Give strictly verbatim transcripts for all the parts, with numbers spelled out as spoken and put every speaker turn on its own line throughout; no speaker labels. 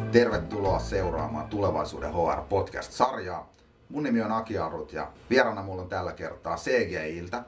Tervetuloa seuraamaan Tulevaisuuden H R-podcast-sarjaa. Mun nimi on Aki Arut ja vieraana mulla on tällä kertaa C G I:ltä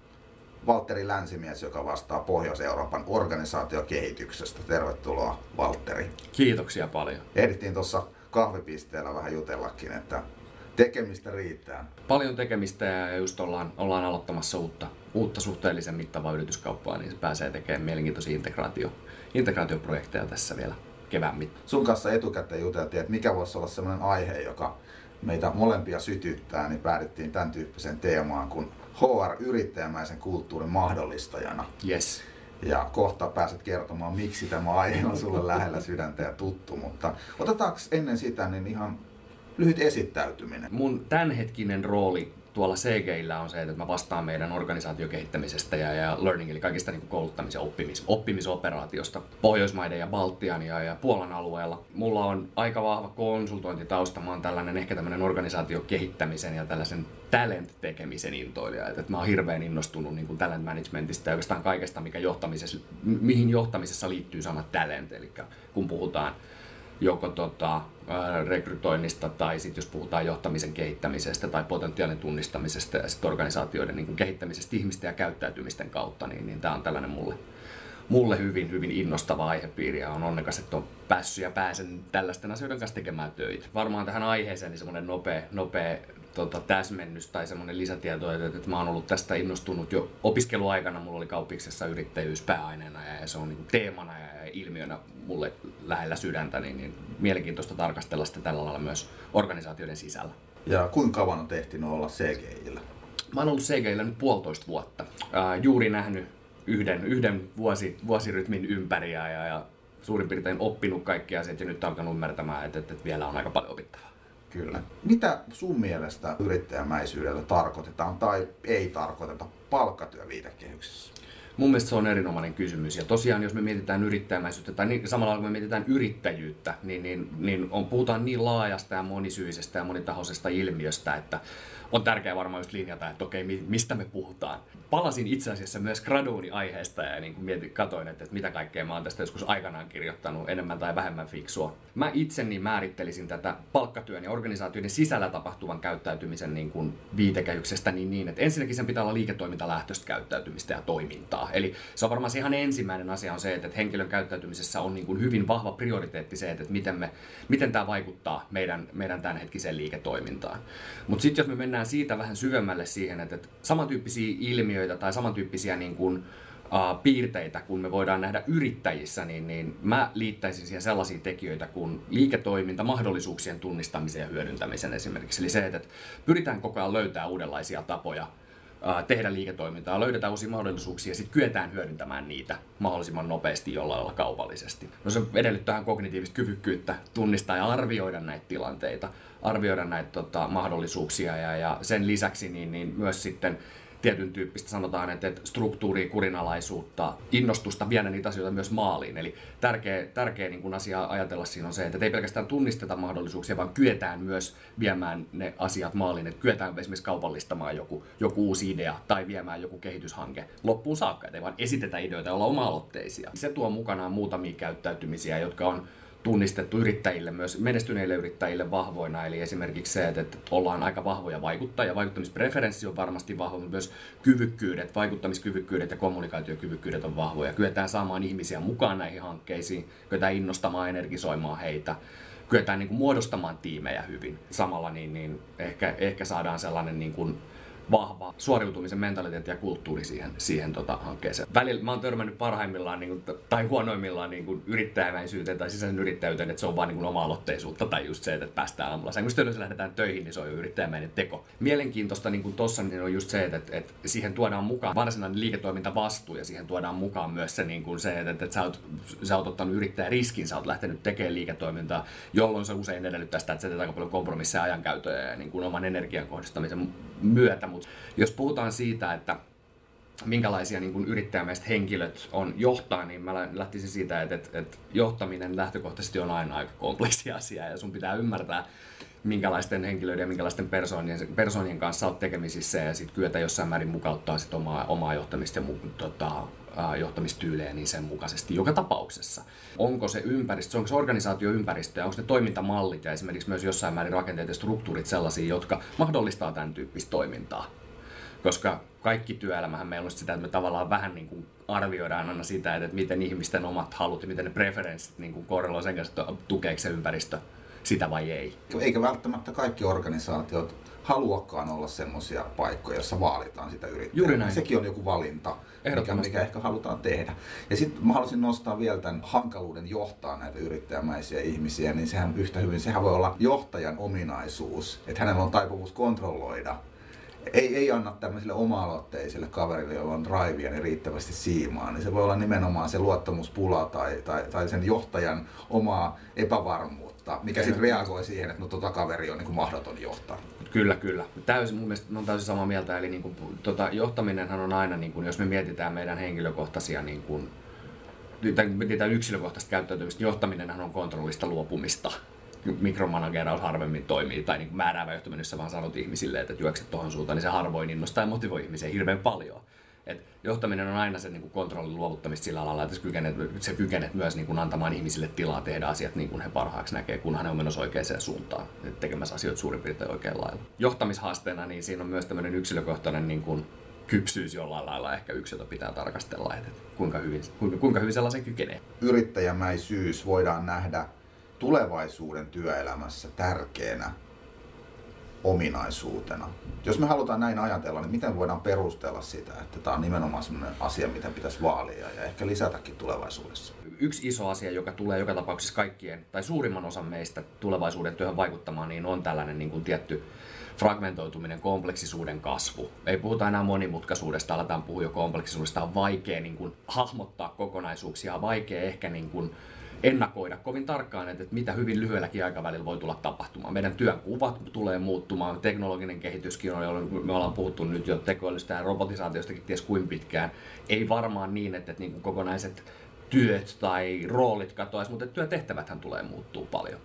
Valtteri Länsimies, joka vastaa Pohjois-Euroopan organisaatiokehityksestä. Tervetuloa, Valtteri.
Kiitoksia paljon.
Ehdittiin tuossa kahvipisteellä vähän jutellakin, että tekemistä riittää.
Paljon tekemistä ja just ollaan, ollaan aloittamassa uutta, uutta suhteellisen mittavaa yrityskauppaa, niin se pääsee tekemään mielenkiintoisia integraatio, integraatioprojekteja tässä vielä kevään mittaan.
Sun kanssa etukäteen juteltiin, että mikä voisi olla sellainen aihe, joka meitä molempia sytyttää, niin päädyttiin tämän tyyppiseen teemaan kuin H R-yrittäjämäisen kulttuurin mahdollistajana.
Yes.
Ja kohta pääset kertomaan, miksi tämä aihe on sulle lähellä sydäntä ja tuttu, mutta otetaanko ennen sitä niin ihan lyhyt esittäytyminen?
Mun tämänhetkinen rooli tuolla C G I:llä on se, että mä vastaan meidän organisaatiokehittämisestä ja, ja learning, eli kaikista niin kuin kouluttamis- ja oppimis, oppimisoperaatiosta Pohjoismaiden ja Baltian ja, ja Puolan alueella. Mulla on aika vahva konsultointitausta. Mä oon tällainen ehkä tämmöinen organisaatiokehittämisen ja tällaisen talent-tekemisen intoilija. Että mä oon hirveän innostunut niin kuin talent managementista ja oikeastaan kaikesta, mikä johtamisessa, mihin johtamisessa liittyy sana talent. Eli kun puhutaan joko tota, rekrytoinnista tai sitten jos puhutaan johtamisen kehittämisestä tai potentiaalin tunnistamisesta ja sitten organisaatioiden niin kuin kehittämisestä ihmisten ja käyttäytymisten kautta, niin, niin tämä on tällainen mulle, mulle hyvin, hyvin innostava aihepiiri ja on onnekas, että on päässyt ja pääsen tällaisten asioiden kanssa tekemään töitä. Varmaan tähän aiheeseen niin semmoinen nopea, nopea tota, täsmennys tai semmoinen lisätieto, että, että mä oon ollut tästä innostunut jo opiskeluaikana. Mulla oli Kauppiksessa yrittäjyys pääaineena ja se on niin kuin teemana ja ilmiönä mulle lähellä sydäntä, niin, niin mielenkiintoista tarkastella sitä tällä lailla myös organisaatioiden sisällä.
Ja kuinka kauan on tehty olla C G I:llä?
Mä oon ollut C G I:llä nyt puolitoista vuotta. Ää, juuri nähnyt yhden, yhden vuosi, vuosirytmin ympäri ja, ja suurin piirtein oppinut kaikki asiat ja nyt alkanut ymmärtämään, että, että, että vielä on aika paljon opittavaa.
Kyllä. Mitä sun mielestä yrittäjämäisyydellä tarkoitetaan tai ei tarkoiteta palkkatyöviitekehyksessä?
Mun mielestä se on erinomainen kysymys. Ja tosiaan, jos me mietitään yrittäjämäisyyttä tai niin, samalla kun me mietitään yrittäjyyttä, niin, niin, niin on, puhutaan niin laajasta ja monisyisestä ja monitahoisesta ilmiöstä, että on tärkeää varmaan just linjata, että okei, mistä me puhutaan. Palasin itse asiassa myös graduuni aiheesta ja niin kuin mietin, katoin, että, että mitä kaikkea mä oon tästä joskus aikanaan kirjoittanut, enemmän tai vähemmän fiksua. Mä itse niin määrittelisin tätä palkkatyön ja organisaatioiden sisällä tapahtuvan käyttäytymisen niin kuin viitekehyksestä niin, niin, että ensinnäkin sen pitää olla liiketoimintalähtöistä käyttäytymistä ja toimintaa. Eli se on varmaan se ihan ensimmäinen asia on se, että henkilön käyttäytymisessä on niin kuin hyvin vahva prioriteetti se, että miten, me, miten tämä vaikuttaa meidän, meidän tämänhetkiseen liiketoimintaan. Mutta sitten jos me mennään siitä vähän syvemmälle siihen, että, että samantyyppisiä ilmiöitä tai samantyyppisiä niin kuin, uh, piirteitä, kun me voidaan nähdä yrittäjissä, niin, niin mä liittäisin siihen sellaisia tekijöitä kuin liiketoiminta, mahdollisuuksien tunnistamisen ja hyödyntämisen esimerkiksi. Eli se, että pyritään koko ajan löytämään uudenlaisia tapoja tehdä liiketoimintaa, löydetään uusia mahdollisuuksia ja sitten kyetään hyödyntämään niitä mahdollisimman nopeasti jollain lailla kaupallisesti. No se edellyttää kognitiivista kyvykkyyttä tunnistaa ja arvioida näitä tilanteita, arvioida näitä tota, mahdollisuuksia ja, ja sen lisäksi niin, niin myös sitten tietyn tyyppistä sanotaan, että struktuuria, kurinalaisuutta, innostusta viedä niitä asioita myös maaliin. Eli tärkeä, tärkeä niin kun asia ajatella siinä on se, että ei pelkästään tunnisteta mahdollisuuksia, vaan kyetään myös viemään ne asiat maaliin. Että kyetään esimerkiksi kaupallistamaan joku, joku uusi idea tai viemään joku kehityshanke loppuun saakka. Että ei vaan esitetä ideoita ja olla oma-aloitteisia. Se tuo mukanaan muutamia käyttäytymisiä, jotka on tunnistettu yrittäjille, myös menestyneille yrittäjille vahvoina, eli esimerkiksi se, että ollaan aika vahvoja vaikuttajia, vaikuttamispreferenssi on varmasti vahva, mutta myös kyvykkyydet, vaikuttamiskyvykkyydet ja kommunikaatiokyvykkyydet on vahvoja. Kyetään saamaan ihmisiä mukaan näihin hankkeisiin, kyetään innostamaan, energisoimaan heitä, kyetään niin kuin muodostamaan tiimejä hyvin. Samalla niin, niin ehkä, ehkä saadaan sellainen niin kuin vahva suoriutumisen mentaliteetti ja kulttuuri siihen, siihen tota, hankkeeseen. Välillä mä oon törmännyt parhaimmillaan niin kuin, tai huonoimmillaan niin kuin yrittäjämäisyyteen tai sisäisen yrittäjyyteen, että se on vaan niin kuin oma-aloitteisuutta tai just se, että päästään aamulla. Sen kun jos lähdetään töihin, niin se on jo yrittäjämäinen teko. Mielenkiintoista niin kuin tossa niin on just se, että, että, että siihen tuodaan mukaan varsinainen liiketoimintavastuu ja siihen tuodaan mukaan myös se, niin kuin se että, että, että sä, oot, sä oot ottanut yrittäjäriskin, sä oot lähtenyt tekemään liiketoimintaa, jolloin se usein edellyttää sitä, että sä teet aika paljon kompromisseja ajankäytöä ja niin kuin oman energian kohdistamisen myötä. Mutta jos puhutaan siitä, että minkälaisia niin kuin yrittäjämäiset henkilöt on johtaa, niin mä lähtisin siitä, että, että, että johtaminen lähtökohtaisesti on aina aika kompleksi asia ja sun pitää ymmärtää, minkälaisten henkilöiden ja minkälaisten persoonien, persoonien kanssa olet tekemisissä ja sitten kyetä jossain määrin mukauttaa sit omaa, omaa johtamista ja tota, johtamistyylejä niin sen mukaisesti joka tapauksessa. Onko se ympäristö, onko se organisaatioympäristö ja onko ne toimintamallit ja esimerkiksi myös jossain määrin rakenteet ja struktuurit sellaisia, jotka mahdollistaa tämän tyyppistä toimintaa. Koska kaikki työelämähän meillä on sitä, että me tavallaan vähän niin kuin arvioidaan aina sitä, että miten ihmisten omat halut ja miten ne preferenssit niin kuin korreloivat sen kanssa, että tukeeko se ympäristö sitä vai ei.
Eikä välttämättä kaikki organisaatiot haluakaan olla semmoisia paikkoja, joissa vaalitaan sitä yrittäjää. Sekin on joku valinta, mikä, mikä ehkä halutaan tehdä. Ja sitten mä haluaisin nostaa vielä tämän hankaluuden johtaa näitä yrittäjämäisiä ihmisiä, niin sehän yhtä hyvin, sehän voi olla johtajan ominaisuus, että hänellä on taipumus kontrolloida. Ei, ei anna tämmöiselle oma-aloitteiselle kaverille, jolla on drivea, niin riittävästi siimaa. Niin se voi olla nimenomaan se luottamuspula tai, tai, tai sen johtajan omaa epävarmuutta, mikä sitten reagoi siihen, että no tota kaveri on niin kuin mahdoton johtaa.
Kyllä, kyllä. Täysin, mun mielestä on täysin samaa mieltä. Eli niin kuin, tota, johtaminenhan on aina, niin kuin, jos me mietitään meidän henkilökohtaisia, niin kuin, tai mietitään yksilökohtaista käyttäytymistä, johtaminenhan on kontrollista luopumista. Mikromanageraus harvemmin toimii, tai niin kuin määräävä johtaminen, jossa vaan sanot ihmisille, että juokset tuohon suuntaan, niin se harvoin innostaa ja motivoi ihmisiä hirveän paljon. Et johtaminen on aina se niin kuin kontrollin luovuttamista sillä alalla, että sä kykenet, sä kykenet myös niin kuin antamaan ihmisille tilaa tehdä asiat niin kuin he parhaaksi näkee, kunhan he on menossa oikeaan suuntaan, tekemässä asioita suurin piirtein oikein lailla. Johtamishaasteena niin siinä on myös tämmöinen yksilökohtainen niin kuin kypsyys jollain lailla ehkä yksi, jota pitää tarkastella, että kuinka hyvin, kuinka, kuinka hyvin sellaisen kykenee.
Yrittäjämäisyys voidaan nähdä tulevaisuuden työelämässä tärkeänä ominaisuutena. Jos me halutaan näin ajatella, niin miten voidaan perustella sitä, että tämä on nimenomaan sellainen asia, mitä pitäisi vaalia ja ehkä lisätäkin tulevaisuudessa?
Yksi iso asia, joka tulee joka tapauksessa kaikkien tai suurimman osan meistä tulevaisuuden työhön vaikuttamaan, niin on tällainen niin kuin tietty fragmentoituminen, kompleksisuuden kasvu. Ei puhuta enää monimutkaisuudesta, aletaan puhua jo kompleksisuudesta. On vaikea niin kuin hahmottaa kokonaisuuksia, on vaikea ehkä niin kuin ennakoida kovin tarkkaan, että mitä hyvin lyhyelläkin aikavälillä voi tulla tapahtumaan. Meidän työn kuvat tulee muuttumaan, teknologinen kehityskin on, jolloin me ollaan puhuttu nyt jo tekoälystä ja robotisaatiostakin ties kuin pitkään. Ei varmaan niin, että niin kuin kokonaiset työt tai roolit katoaisi, mutta työtehtäväthän tulee muuttuu paljon.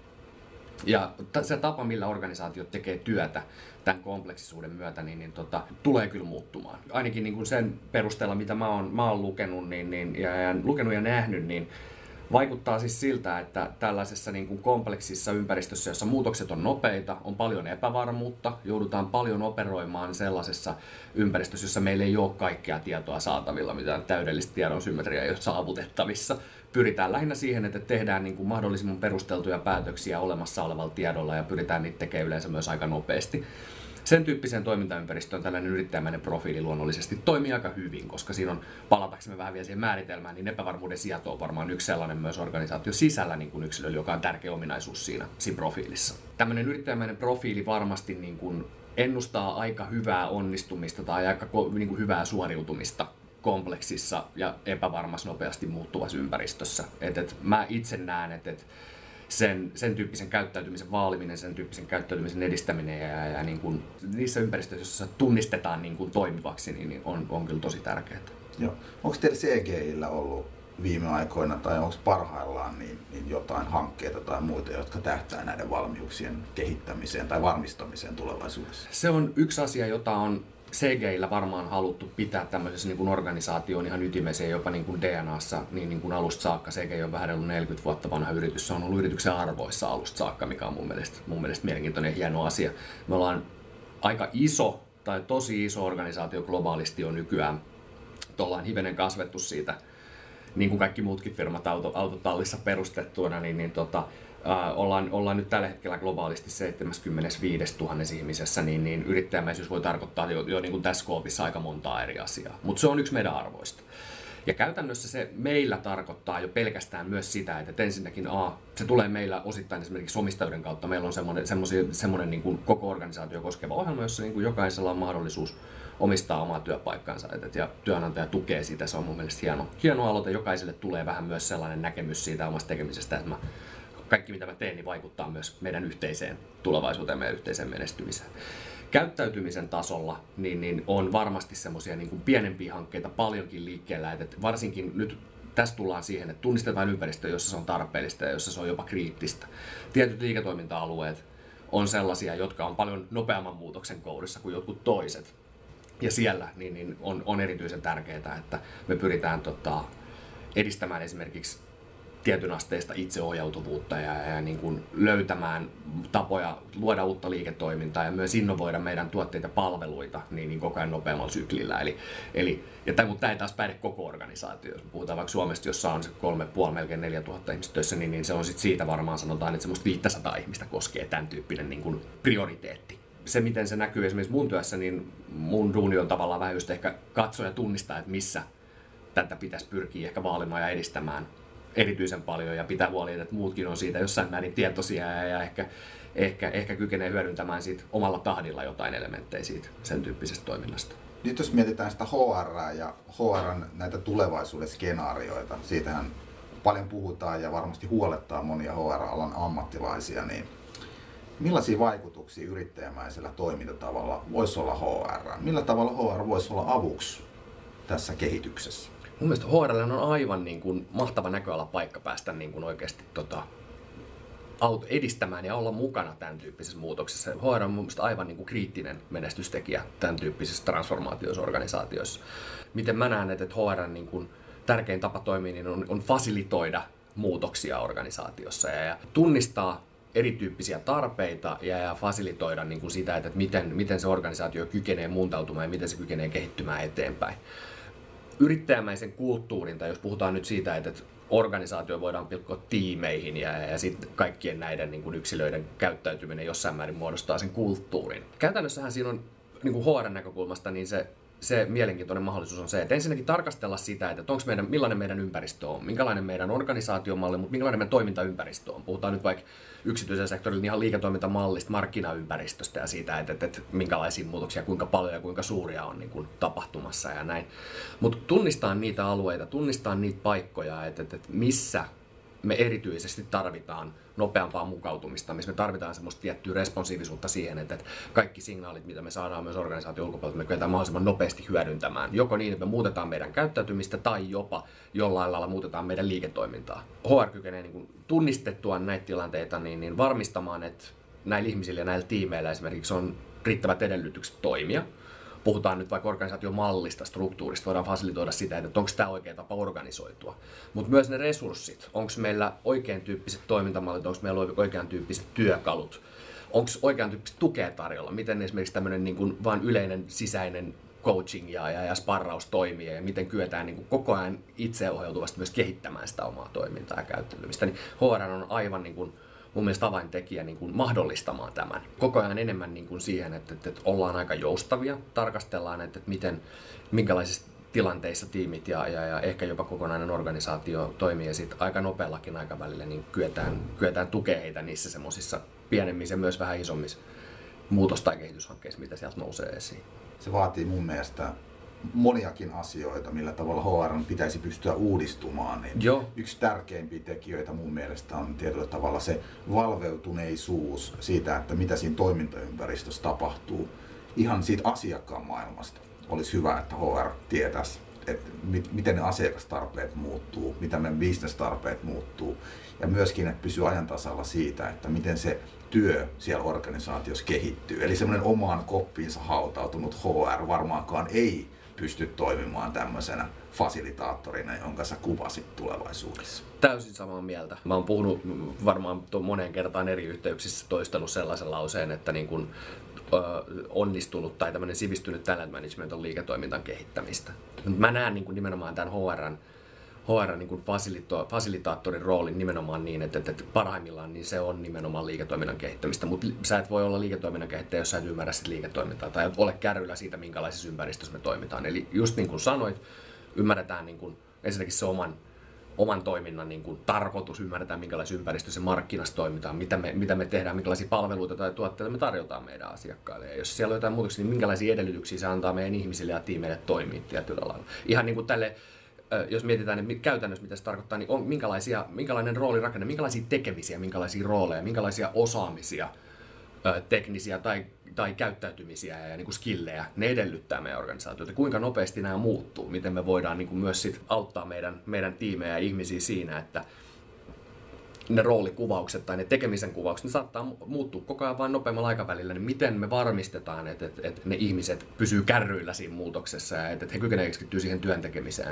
Ja se tapa, millä organisaatiot tekee työtä tämän kompleksisuuden myötä, niin, niin tota, tulee kyllä muuttumaan. Ainakin niin kuin sen perusteella, mitä mä oon, mä oon lukenut, niin, niin, ja, ja, lukenut ja nähnyt, niin vaikuttaa siis siltä, että tällaisessa niin kuin kompleksissa ympäristössä, jossa muutokset on nopeita, on paljon epävarmuutta, joudutaan paljon operoimaan sellaisessa ympäristössä, jossa meillä ei ole kaikkea tietoa saatavilla, mitään täydellistä tiedon symmetriaa ei ole saavutettavissa. Pyritään lähinnä siihen, että tehdään niin kuin mahdollisimman perusteltuja päätöksiä olemassa olevalla tiedolla ja pyritään niitä tekemään yleensä myös aika nopeasti. Sen tyyppiseen toimintaympäristöön tällainen yrittäjämäinen profiili luonnollisesti toimii aika hyvin, koska siinä on, palataksemme vähän vielä siihen määritelmään, niin epävarmuuden sieto on varmaan yksi sellainen myös organisaation sisällä niin kuin yksilöllä, joka on tärkeä ominaisuus siinä, siinä profiilissa. Tämmöinen yrittäjämäinen profiili varmasti niin kuin ennustaa aika hyvää onnistumista tai aika niin kuin hyvää suoriutumista kompleksissa ja epävarmassa nopeasti muuttuvassa ympäristössä. Et, et mä itse näen, että et sen, sen tyyppisen käyttäytymisen vaaliminen, sen tyyppisen käyttäytymisen edistäminen ja, ja niin kuin niissä ympäristöissä, joissa tunnistetaan niin kuin toimivaksi, niin, niin on, on kyllä tosi tärkeää.
Joo. Onko teillä C G I:llä ollut viime aikoina tai onko parhaillaan niin, niin jotain hankkeita tai muita, jotka tähtää näiden valmiuksien kehittämiseen tai varmistamiseen tulevaisuudessa?
Se on yksi asia, jota on C G I:llä varmaan haluttu pitää tämmöisessä niin kuin organisaation ihan ytimessä ja jopa niin kuin D N A:ssa niin, niin kuin alusta saakka. C G I on vähän ollut neljäkymmentä vuotta vanha yritys. Se on ollut yrityksen arvoissa alusta saakka, mikä on mun mielestä, mun mielestä mielenkiintoinen ja hieno asia. Me ollaan aika iso tai tosi iso organisaatio globaalisti on nykyään. Ollaan hivenen kasvettu siitä, niin kuin kaikki muutkin firmat auto, autotallissa perustettuina, niin, niin tota, Uh, ollaan, ollaan nyt tällä hetkellä globaalisti seitsemänkymmentäviisituhatta ihmisessä, niin, niin yrittäjämäisyys voi tarkoittaa jo, jo niin kuin tässä skoopissa aika montaa eri asiaa. Mutta se on yksi meidän arvoista. Ja käytännössä se meillä tarkoittaa jo pelkästään myös sitä, että ensinnäkin A, se tulee meillä osittain esimerkiksi omistajuuden kautta. Meillä on semmoinen, semmoinen niin kuin koko organisaatio koskeva ohjelma, jossa niin kuin jokaisella on mahdollisuus omistaa omaa työpaikkansa ja työnantaja tukee sitä. Se on mun mielestä hieno, hieno aloite. Jokaiselle tulee vähän myös sellainen näkemys siitä omasta tekemisestä, että mä kaikki mitä mä teen, niin vaikuttaa myös meidän yhteiseen tulevaisuuteen ja meidän yhteiseen menestymiseen. Käyttäytymisen tasolla niin, niin on varmasti semmoisia niin kuin pienempiä hankkeita paljonkin liikkeellä, että varsinkin nyt tässä tullaan siihen, että tunnistetaan ympäristö, jossa se on tarpeellista ja jossa se on jopa kriittistä. Tietyt liiketoiminta-alueet on sellaisia, jotka on paljon nopeamman muutoksen kourissa kuin jotkut toiset. ja siellä niin, niin on, on erityisen tärkeää, että me pyritään tota, edistämään esimerkiksi tietyn asteista itseohjautuvuutta ja, ja niin kuin löytämään tapoja luoda uutta liiketoimintaa ja myös innovoida meidän tuotteita ja palveluita niin, niin koko ajan nopeammalla syklillä. Eli, eli, ja tämä, mutta tämä ei taas päde koko organisaatio. Jos puhutaan vaikka Suomesta, jossa on se kolme puoli, melkein neljä tuhatta ihmistä töissä, niin, niin se on sit siitä varmaan sanotaan, että semmoista viisisataa ihmistä koskee tämän tyyppinen niin kuin prioriteetti. Se, miten se näkyy esimerkiksi mun työssä, niin mun duuni on tavallaan vähän just ehkä katsoa ja tunnistaa, että missä tätä pitäisi pyrkiä ehkä vaalimaan ja edistämään erityisen paljon ja pitää huoli, että muutkin on siitä jossain määrin tietoisia ja ehkä, ehkä, ehkä kykenee hyödyntämään siitä omalla tahdilla jotain elementtejä siitä sen tyyppisestä toiminnasta.
Nyt jos mietitään sitä H R ja H R:n näitä tulevaisuuden skenaarioita, siitähän paljon puhutaan ja varmasti huolettaa monia H R-alan ammattilaisia, niin millaisia vaikutuksia yrittäjämäisellä toimintatavalla voisi olla H R? Millä tavalla H R voisi olla avuksi tässä kehityksessä?
Mun mielestä H R on aivan niin kuin mahtava näköalapaikka päästä niin kuin oikeasti tota, edistämään ja olla mukana tämän tyyppisessä muutoksessa. H R on mun mielestä aivan niin kuin kriittinen menestystekijä tämän tyyppisessä transformaatioissa organisaatioissa. Miten mä näen, että H R niin kuin tärkein tapa toimia niin on, on fasilitoida muutoksia organisaatiossa ja, ja tunnistaa erityyppisiä tarpeita ja, ja fasilitoida niin kuin sitä, että miten, miten se organisaatio kykenee muuntautumaan ja miten se kykenee kehittymään eteenpäin. Yrittäjämäisen kulttuurin, tai jos puhutaan nyt siitä, että organisaatio voidaan pilkkoa tiimeihin ja, ja sitten kaikkien näiden niin kuin yksilöiden käyttäytyminen jossain määrin muodostaa sen kulttuurin. Käytännössähän siinä on niin kuin H R-näkökulmasta niin se, se mielenkiintoinen mahdollisuus on se, että ensinnäkin tarkastella sitä, että onko meidän, millainen meidän ympäristö on, minkälainen meidän organisaatiomalli, mutta minkälainen meidän toimintaympäristö on. Puhutaan nyt vaikka yksityisen sektorin ihan liiketoimintamallista, markkinaympäristöstä ja siitä, että, että, että minkälaisia muutoksia, kuinka paljon ja kuinka suuria on niin kuin tapahtumassa ja näin. Mutta tunnistaa niitä alueita, tunnistaa niitä paikkoja, että, että, että missä me erityisesti tarvitaan nopeampaa mukautumista, missä me tarvitaan semmoista tiettyä responsiivisuutta siihen, että kaikki signaalit, mitä me saadaan myös organisaation ulkopuolelta, me kyetään mahdollisimman nopeasti hyödyntämään. Joko niin, että me muutetaan meidän käyttäytymistä tai jopa jollain lailla muutetaan meidän liiketoimintaa. H R kykenee niin kuin tunnistettua näitä tilanteita niin, niin varmistamaan, että näillä ihmisillä ja näillä tiimeillä esimerkiksi on riittävät edellytykset toimia. Puhutaan nyt vaikka organisaatiomallista, struktuurista, voidaan fasilitoida sitä, että onko tämä oikea tapa organisoitua. Mutta myös ne resurssit, onko meillä oikean tyyppiset toimintamallit, onko meillä oikean tyyppiset työkalut, onko oikean tyyppistä tukea tarjolla, miten esimerkiksi tämmöinen niin kuin vain yleinen sisäinen coaching ja, ja, ja sparraus toimii ja miten kyetään niin kuin koko ajan itseohjautuvasti myös kehittämään sitä omaa toimintaa ja käyttäytymistä. Niin H R on aivan niin kuin mun mielestä avaintekijä niin kuin mahdollistamaan tämän. Koko ajan enemmän niin kuin siihen, että, että, että ollaan aika joustavia, tarkastellaan, että, että miten, minkälaisissa tilanteissa tiimit ja, ja, ja ehkä jopa kokonainen organisaatio toimii ja sitten aika nopeallakin aikavälillä niin kyetään, kyetään tukemaan heitä niissä semmoisissa pienemmissä ja myös vähän isommissa muutos- tai kehityshankkeissa, mitä sieltä nousee esiin.
Se vaatii mun mielestä moniakin asioita, millä tavalla H R pitäisi pystyä uudistumaan. Niin
Joo.
Yksi tärkeimpiä tekijöitä mun mielestä on tietyllä tavalla se valveutuneisuus siitä, että mitä siinä toimintaympäristössä tapahtuu. Ihan siitä asiakkaan maailmasta olisi hyvä, että H R tietäisi, että miten ne asiakastarpeet muuttuu, mitä meidän business-tarpeet muuttuu. Ja myöskin, että pysyy ajan tasalla siitä, että miten se työ siellä organisaatiossa kehittyy. Eli semmoinen omaan koppiinsa hautautunut H R varmaankaan ei pysty toimimaan tämmöisenä fasilitaattorina, jonka sä kuvasit tulevaisuudessa.
Täysin samaa mieltä. Mä oon puhunut varmaan moneen kertaan eri yhteyksissä toistanut sellaisen lauseen, että niin kun, ö, onnistunut tai tämmöinen sivistynyt talent management on liiketoimintan kehittämistä. Mä näen niin kun nimenomaan tämän H R:n H R niin kuin fasilitaattorin roolin nimenomaan niin, että, että parhaimmillaan niin se on nimenomaan liiketoiminnan kehittämistä, mutta sä et voi olla liiketoiminnan kehittäjä, jos sä et ymmärrä sitä liiketoimintaa tai et ole kärryllä siitä, minkälaisessa ympäristössä me toimitaan. Eli just niin kuin sanoit, ymmärretään niin kuin ensinnäkin se oman, oman toiminnan niin kuin tarkoitus, ymmärretään minkälaisessa ympäristössä markkinassa toimitaan, mitä me, mitä me tehdään, minkälaisia palveluita tai tuotteita me tarjotaan meidän asiakkaille. Ja jos siellä on jotain muutoksia, niin minkälaisia edellytyksiä se antaa meidän ihmisille ja tiimeille toimia tietyllä lailla. Ihan niin kuin tälle jos mietitään, että käytännössä mitä se tarkoittaa, niin on minkälaisia, minkälainen roolirakenne, minkälaisia tekemisiä, minkälaisia rooleja, minkälaisia osaamisia, teknisiä tai, tai käyttäytymisiä ja niin kuin skillejä ne edellyttää meidän organisaatioita. Kuinka nopeasti nämä muuttuu, miten me voidaan niin kuin myös sit auttaa meidän, meidän tiimejä ja ihmisiä siinä, että, ne roolikuvaukset tai ne tekemisen kuvaukset, ne saattaa muuttua koko ajan vain nopeammalla aikavälillä, niin miten me varmistetaan, että, että, että ne ihmiset pysyy kärryillä siinä muutoksessa ja että, että he kykenevät keskittyä siihen työn tekemiseen.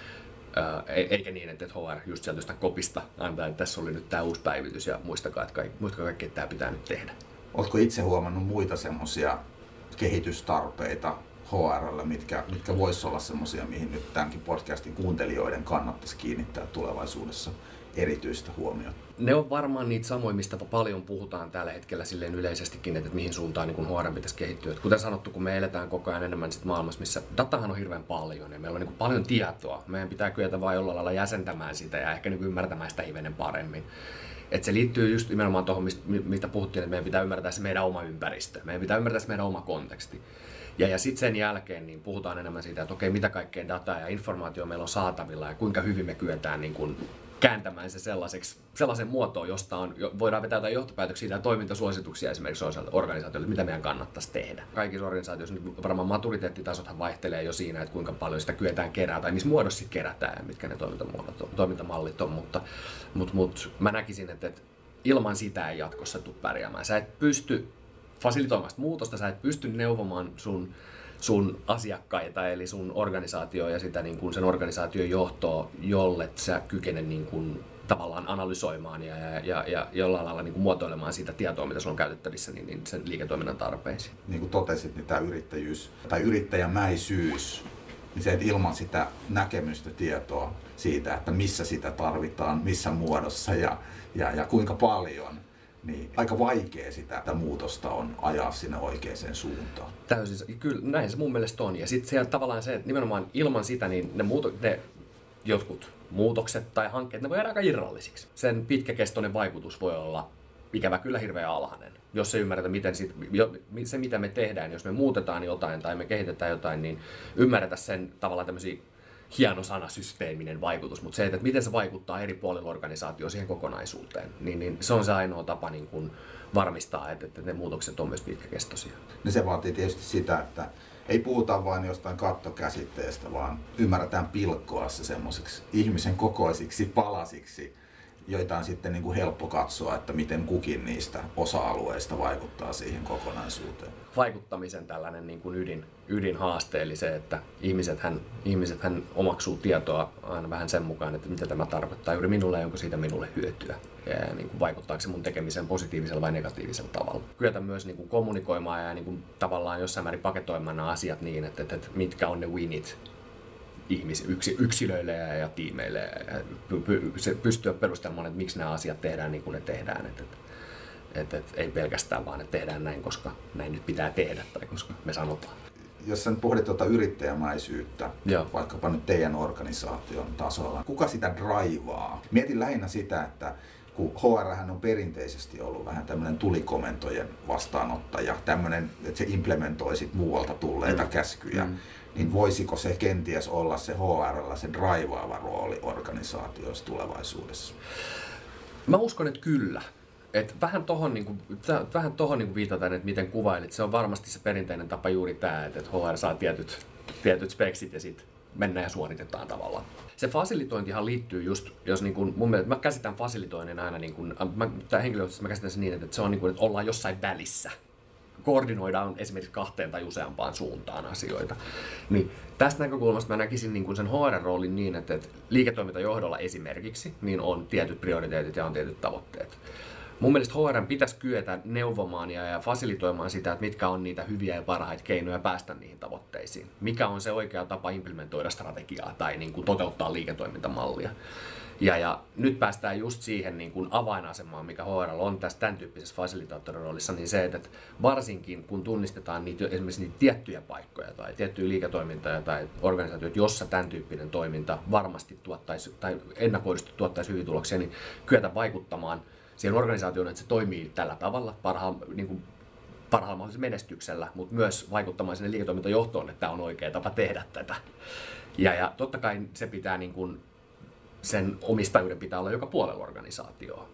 Eikä niin, että H R just sieltä jostain kopista antaa, että tässä oli nyt tämä uusi päivitys ja muistakaa, että kaikki, muistakaa kaikki, että tämä pitää nyt tehdä.
Oletko itse huomannut muita semmoisia kehitystarpeita H R:llä, mitkä, mitkä voisi olla semmoisia, mihin nyt tämänkin podcastin kuuntelijoiden kannattaisi kiinnittää tulevaisuudessa erityistä huomiota?
Ne on varmaan niitä samoja, mistä paljon puhutaan tällä hetkellä silleen yleisestikin, että mihin suuntaan niin H R pitäisi kehittyä. Et kuten sanottu, kun me eletään koko ajan enemmän sit maailmassa, missä datahan on hirveän paljon ja meillä on niin paljon tietoa. Meidän pitää kyetä vain jollain lailla jäsentämään sitä ja ehkä niin ymmärtämään sitä hivenen paremmin. Et se liittyy just nimenomaan tuohon, mistä puhuttiin, että meidän pitää ymmärtää se meidän oma ympäristö. Meidän pitää ymmärtää se meidän oma konteksti. Ja, ja sitten sen jälkeen niin puhutaan enemmän siitä, että okei, mitä kaikkea dataa ja informaatio meillä on saatavilla ja kuinka hyvin me kyetään niin kuin kääntämään se sellaiseksi, sellaisen muotoon, josta on, voidaan vetää jotain johtopäätöksiä tai toimintasuosituksia esimerkiksi organisaatioille, mitä meidän kannattaisi tehdä. Kaikissa organisaatioissa nyt varmaan maturiteettitasothan vaihtelee jo siinä, että kuinka paljon sitä kyetään kerää tai missä muodossa sitten kerätään ja mitkä ne toimintamallit on, mutta, mutta, mutta mä näkisin, että, että ilman sitä ei jatkossa tule pärjäämään. Sä et pysty fasilitoimaan muutosta, sä et pysty neuvomaan sun sun asiakkaita, eli sun organisaatio ja sitä niin kuin sen organisaation johtoa, jolle sä kykene niin kuin tavallaan analysoimaan ja, ja, ja, ja jollain lailla niin kuin muotoilemaan sitä tietoa, mitä sulla on käytettävissä, niin, niin sen liiketoiminnan tarpeisiin.
Niin kuin totesit, niin tämä yrittäjyys tai yrittäjämäisyys, niin se, että ilman sitä näkemystä, tietoa siitä, että missä sitä tarvitaan, missä muodossa ja, ja, ja kuinka paljon, niin aika vaikea sitä muutosta on ajaa sinne oikeaan suuntaan.
Täysin, kyllä näin se mun mielestä on. Ja sitten siellä tavallaan se, että nimenomaan ilman sitä, niin ne, muuto, ne jotkut muutokset tai hankkeet, ne voi jäädä aika irrallisiksi. Sen pitkäkestoinen vaikutus voi olla ikävä kyllä hirveän alhainen. Jos ei ymmärretä, miten sit, se mitä me tehdään, jos me muutetaan jotain tai me kehitetään jotain, niin ymmärretä sen tavallaan tämmöisiä hieno sana, systeeminen vaikutus, mutta se, että miten se vaikuttaa eri puolilla organisaatioon siihen kokonaisuuteen, niin, niin se on se ainoa tapa niin kuin varmistaa, että, että ne muutokset on myös pitkäkestoisia.
No se vaatii tietysti sitä, että ei puhuta vain jostain kattokäsitteestä, vaan ymmärretään pilkkoa se semmoisiksi ihmisen kokoisiksi palasiksi, joita on sitten niin kuin helppo katsoa, että miten kukin niistä osa-alueista vaikuttaa siihen kokonaisuuteen.
Vaikuttamisen tällainen niin kuin ydin, ydinhaaste, eli se, että ihmisethän, ihmisethän omaksuu tietoa aina vähän sen mukaan, että mitä tämä tarkoittaa juuri minulle ja onko siitä minulle hyötyä. Ja niin kuin vaikuttaako se mun tekemiseen positiivisella vai negatiivisella tavalla. Kyetä myös niin kuin kommunikoimaan ja niin kuin tavallaan jossain määrin paketoimaan nämä asiat niin, että, että, että mitkä on ne winit ihmis, yksi, yksilöille ja, ja tiimeille ja py, se pystyä perustelemaan, että miksi nämä asiat tehdään niin kuin ne tehdään. Että, että, että, että ei pelkästään vaan, että tehdään näin, koska näin nyt pitää tehdä tai koska me sanotaan.
Jos sä nyt pohdit tuota yrittäjämäisyyttä,
Joo.
vaikkapa nyt teidän organisaation tasolla, kuka sitä draivaa? Mietin lähinnä sitä, että kun H R on perinteisesti ollut vähän tämmöinen tulikomentojen vastaanottaja, tämmöinen, että se implementoi sit muualta tulleita mm. käskyjä, mm. niin voisiko se kenties olla se H R:llä se draivaava rooli organisaatioissa tulevaisuudessa?
Mä uskon, että kyllä. Et vähän tohon, niin kuin, vähän tohon niin kuin viitataan, että miten kuvailit. Se on varmasti se perinteinen tapa juuri tämä, että H R saa tietyt, tietyt speksit ja sitten mennään ja suoritetaan tavallaan. Se fasilitointihan liittyy just, jos niin kuin, mun mielestä, mä käsitän fasilitoinnin aina, niin kuin, mä, henkilökohtaisesti mä käsitän sen niin, että se on niin kuin, että ollaan jossain välissä. Koordinoidaan esimerkiksi kahteen tai useampaan suuntaan asioita. Niin tästä näkökulmasta mä näkisin niin kuin sen H R-roolin niin, että, että liiketoimintajohdolla esimerkiksi niin on tietyt prioriteetit ja on tietyt tavoitteet. Mun mielestä H R pitäisi kyetä neuvomaan ja, ja fasilitoimaan sitä, että mitkä on niitä hyviä ja parhaita keinoja päästä niihin tavoitteisiin. Mikä on se oikea tapa implementoida strategiaa tai niin kuin toteuttaa liiketoimintamallia. Ja, ja nyt päästään just siihen niin kuin avainasemaan, mikä H R on tässä tämän tyyppisessä fasilitaattoriroolissa, niin se, että varsinkin kun tunnistetaan niitä, esimerkiksi niitä tiettyjä paikkoja tai tiettyjä liiketoimintoja tai organisaatioita, jossa tämän tyyppinen toiminta varmasti tuottaisi tai ennakoidusti tuottaisi hyviä tuloksia, niin kyetä vaikuttamaan siihen organisaatioon, että se toimii tällä tavalla parhaan, niin kuin parhaalla mahdollisella menestyksellä, mutta myös vaikuttamaan sinne liiketoimintajohtoon, että tämä on oikea tapa tehdä tätä. Ja, ja totta kai se pitää, niin kuin, sen omistajuuden pitää olla joka puolella organisaatioa.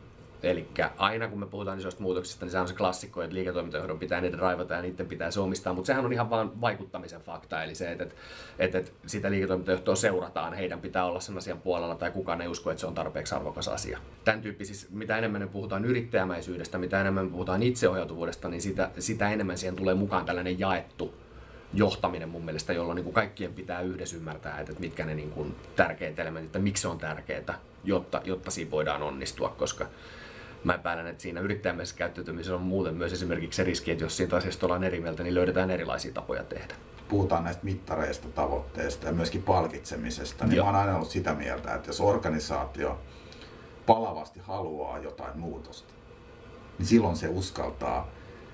Eli aina kun me puhutaan isoista muutoksista, niin se on se klassikko, että liiketoimintajohdon pitää niitä raivata ja niiden pitää se omistaa, mutta sehän on ihan vaan vaikuttamisen fakta, eli se, että, että, että sitä liiketoimintajohtoa seurataan, heidän pitää olla sen asian puolella tai kukaan ei usko, että se on tarpeeksi arvokas asia. Tämän tyyppisissä, mitä enemmän me puhutaan yrittäjämäisyydestä, mitä enemmän me puhutaan itseohjautuvuudesta, niin sitä, sitä enemmän siihen tulee mukaan tällainen jaettu johtaminen mun mielestä, jolloin niin kuin kaikkien pitää yhdessä ymmärtää, että mitkä ne niin kuin tärkeät elementit, että miksi se on tärkeää, jotta, jotta siinä voidaan onnistua, koska mä epäilen, että siinä yrittäjämäisessä käyttäytymisessä on muuten myös esimerkiksi se riski, että jos siitä asiasta ollaan eri mieltä, niin löydetään erilaisia tapoja tehdä.
Puhutaan näistä mittareista, tavoitteista ja myöskin palkitsemisesta, niin Joo. mä oon aina ollut sitä mieltä, että jos organisaatio palavasti haluaa jotain muutosta, niin silloin se uskaltaa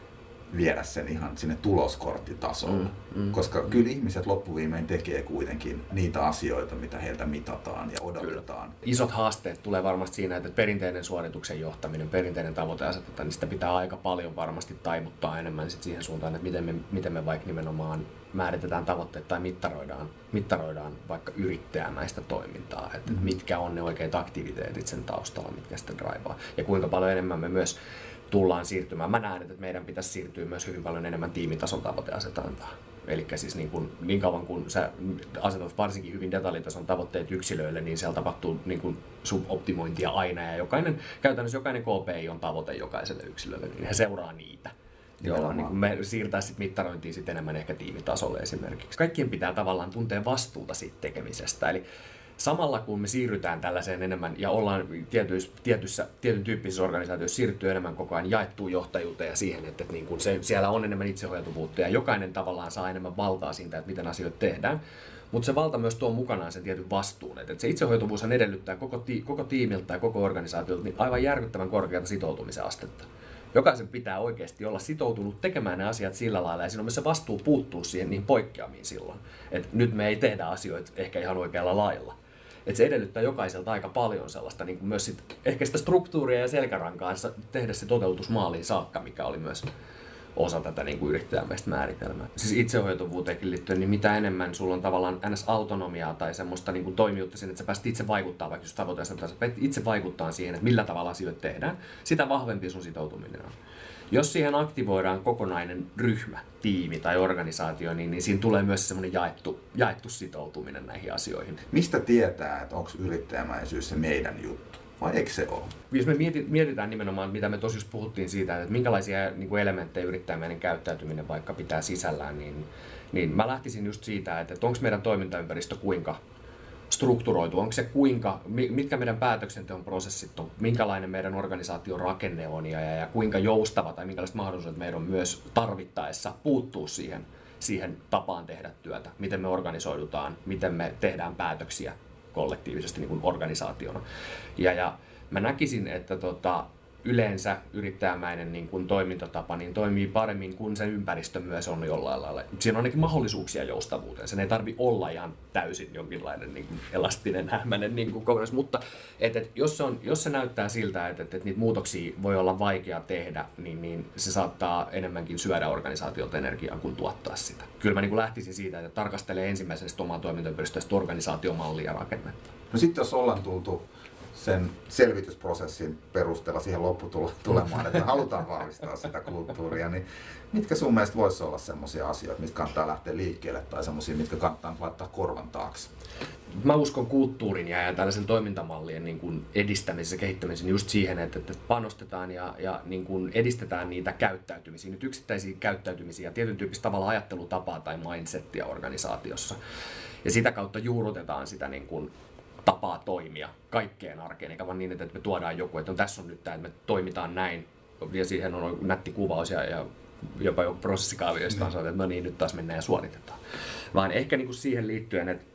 viedä sen ihan sinne tuloskorttitasolle, mm, mm, koska mm. kyllä ihmiset loppuviimein tekee kuitenkin niitä asioita, mitä heiltä mitataan ja odotetaan.
Kyllä. Isot haasteet tulee varmasti siinä, että perinteinen suorituksen johtaminen, perinteinen tavoite asetetaan, niin sitä pitää aika paljon varmasti taivuttaa enemmän sit siihen suuntaan, että miten me, miten me vaikka nimenomaan määritetään tavoitteet tai mittaroidaan, mittaroidaan vaikka yrittäjämäistä toimintaa, että mm. mitkä on ne oikeat aktiviteetit sen taustalla, mitkä sitten draivaa ja kuinka paljon enemmän me myös tullaan siirtymään. Mä näen, että meidän pitäisi siirtyä myös hyvin paljon enemmän tiimitason tavoiteasetantaan. Eli siis niin, kuin, niin kauan kun sä asetat varsinkin hyvin detaljitason tavoitteet yksilöille, niin siellä tapahtuu niin kuin suboptimointia aina ja jokainen, käytännössä jokainen K P I on tavoite jokaiselle yksilölle, niin he seuraa niitä. Jolloin niin me siirtää sit mittarointia sit enemmän ehkä tiimitasolle esimerkiksi. Kaikkien pitää tavallaan tuntea vastuuta siitä tekemisestä. Eli samalla kun me siirrytään tällaiseen enemmän ja ollaan tietyissä, tietyissä, tietyn tyyppisissä organisaatioissa siirryttyä enemmän koko ajan jaettuun johtajuuteen ja siihen, että, että niin kun se, siellä on enemmän itseohjautuvuutta ja jokainen tavallaan saa enemmän valtaa siitä, että miten asioita tehdään. Mutta se valta myös tuo mukanaan sen tietyn vastuun. Että se itseohjautuvuushan edellyttää koko, ti, koko tiimiltä ja koko organisaatiolta niin aivan järkyttävän korkeata sitoutumisen astetta. Jokaisen pitää oikeasti olla sitoutunut tekemään ne asiat sillä lailla ja siinä on myös se vastuu puuttuu siihen niihin poikkeamiin silloin. Että nyt me ei tehdä asioita ehkä ihan oikealla lailla. Että se edellyttää jokaiselta aika paljon sellaista niin kuin myös sit, ehkä sitä struktuuria ja selkärankaa tehdä se toteutus maaliin saakka, mikä oli myös osa tätä niin kuin yrittäjämäistä määritelmää. Siis itseohjautuvuuteenkin liittyen, niin mitä enemmän sulla on tavallaan ns. Autonomiaa tai semmoista niin kuin toimijuutta siinä, että sä pääset itse vaikuttaa, vaikka jos tavoitteessa, sä pääset itse vaikuttaa siihen, että millä tavalla asioita tehdään, sitä vahvempi sun sitoutuminen on. Jos siihen aktivoidaan kokonainen ryhmä, tiimi tai organisaatio, niin, niin siinä tulee myös semmoinen jaettu, jaettu sitoutuminen näihin asioihin.
Mistä tietää, että onko yrittäjämäisyys se meidän juttu? Vai eikö se ole?
Jos me mietitään nimenomaan, mitä me tosiaan puhuttiin siitä, että minkälaisia niin kuin elementtejä yrittäjämäinen käyttäytyminen vaikka pitää sisällään, niin, niin mä lähtisin just siitä, että, että onko meidän toimintaympäristö kuinka strukturoitu, onko se kuinka, mitkä meidän päätöksenteon prosessit on, minkälainen meidän organisaation rakenne on ja, ja kuinka joustava tai minkälaiset mahdollisuudet meidän on myös tarvittaessa puuttua siihen, siihen tapaan tehdä työtä, miten me organisoidutaan, miten me tehdään päätöksiä kollektiivisesti niin kuin organisaationa. Ja, ja mä näkisin, että tota, yleensä yrittäjämäinen niin kuin toimintatapa niin toimii paremmin, kun se ympäristö myös on jollain lailla. Siinä on ainakin mahdollisuuksia joustavuuteen. Sen ei tarvitse olla ihan täysin jonkinlainen niin kuin elastinen, hämäinen niin kuin kokonaisuus. Mutta et, et, jos, se on, jos se näyttää siltä, että et, et niitä muutoksia voi olla vaikea tehdä, niin, niin se saattaa enemmänkin syödä organisaatiolta energiaa kuin tuottaa sitä. Kyllä mä niin kuin lähtisin siitä, että tarkastelee ensimmäisenä omaa toimintaympäristöä, organisaatiomallia ja rakennetta.
No sitten jos ollaan tultu sen selvitysprosessin perusteella siihen lopputulemaan, että halutaan vahvistaa sitä kulttuuria, niin mitkä sun mielestä voisi olla sellaisia asioita, mistä kannattaa lähteä liikkeelle tai sellaisia, mitkä kannattaa laittaa korvan taakse?
Mä uskon kulttuurin ja tällaisen toimintamallien niin kuin edistämisessä ja kehittämisessä just siihen, että, että panostetaan ja, ja niin kuin edistetään niitä käyttäytymisiä, nyt yksittäisiä käyttäytymisiä ja tietyn tyyppistä tavalla ajattelutapaa tai mindsettiä organisaatiossa. Ja sitä kautta juurrutetaan sitä niin kuin tapaa toimia kaikkeen arkeen, eikä vaan niin, että me tuodaan joku, että no, tässä on nyt tämä, että me toimitaan näin, ja siihen on nätti kuvaus ja, ja jopa joku prosessikaavio, josta on sanottu, että no niin, nyt taas mennään ja suoritetaan. Vaan ehkä niin kuin siihen liittyen, että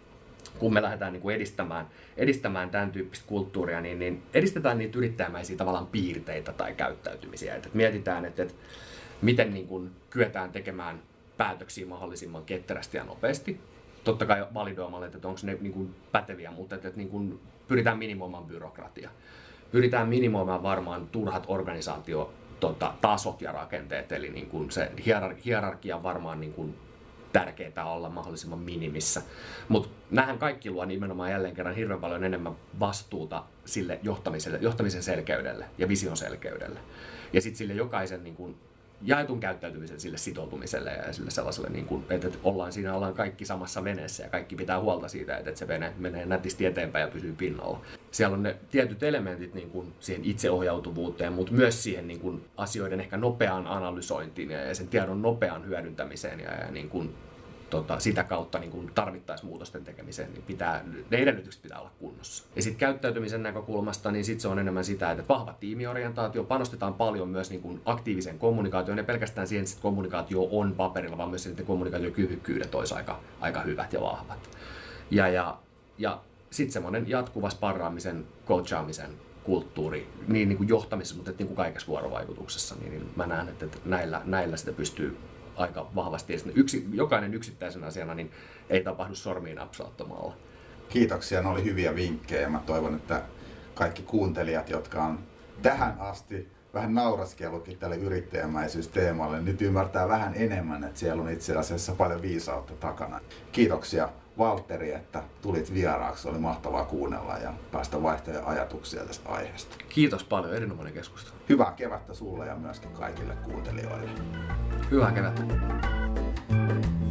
kun me lähdetään niin kuin edistämään, edistämään tämän tyyppistä kulttuuria, niin, niin edistetään niitä yrittäjämäisiä tavallaan piirteitä tai käyttäytymisiä. Että mietitään, että, että miten niin kuin kyetään tekemään päätöksiä mahdollisimman ketterästi ja nopeasti. Totta kai validoimalle, että onko ne niin kuin päteviä, mutta että, että niin kuin pyritään minimoimaan byrokratia. Pyritään minimoimaan varmaan turhat organisaatiotasot tota, ja rakenteet, eli niin kuin se hierarkia varmaan niin kuin tärkeää olla mahdollisimman minimissä. Mutta nämähän kaikki luo nimenomaan jälleen kerran hirveän paljon enemmän vastuuta sille johtamiselle, johtamisen selkeydelle ja vision selkeydelle. Ja sitten sille jokaisen niin kun, jaetun käyttäytymisen sille sitoutumiselle ja sille sellaiselle, niin kun, että ollaan siinä ollaan kaikki samassa veneessä ja kaikki pitää huolta siitä, että se vene menee nätisti eteenpäin ja pysyy pinnalla. Siellä on ne tietyt elementit niin kun, siihen itseohjautuvuuteen, mutta myös siihen niin kun, asioiden ehkä nopeaan analysointiin ja sen tiedon nopeaan hyödyntämiseen ja, ja niin kun, Tota, sitä kautta niin tarvittaisiin muutosten tekemiseen, niin pitää, ne edellytykset pitää olla kunnossa. Ja sitten käyttäytymisen näkökulmasta, niin sit se on enemmän sitä, että vahva tiimiorientaatio, panostetaan paljon myös niin kuin aktiiviseen kommunikaatioon, ja pelkästään siihen, että kommunikaatio on paperilla, vaan myös siihen, että kommunikaatiokyvykkyydet olisi aika, aika hyvät ja vahvat. Ja, ja, ja sitten semmoinen jatkuva sparraamisen, coachaamisen kulttuuri, niin, niin kuin johtamisessa, mutta niin kuin kaikessa vuorovaikutuksessa, niin, niin mä näen, että näillä, näillä sitä pystyy aika vahvasti. Yksi, jokainen yksittäisen asiana niin ei tapahdu sormiin napsauttamalla.
Kiitoksia, ne oli hyviä vinkkejä. Mä toivon, että kaikki kuuntelijat, jotka on tähän asti vähän nauraskellutkin tälle yrittäjämäisyysteemalle, nyt ymmärtää vähän enemmän, että siellä on itse asiassa paljon viisautta takana. Kiitoksia Valtteri, että tulit vieraaksi. Oli mahtavaa kuunnella ja päästä vaihtamaan ajatuksia tästä aiheesta.
Kiitos paljon, erinomainen keskustelu.
Hyvää kevättä sulle ja myöskin kaikille kuuntelijoille.
Hyvää kevättä.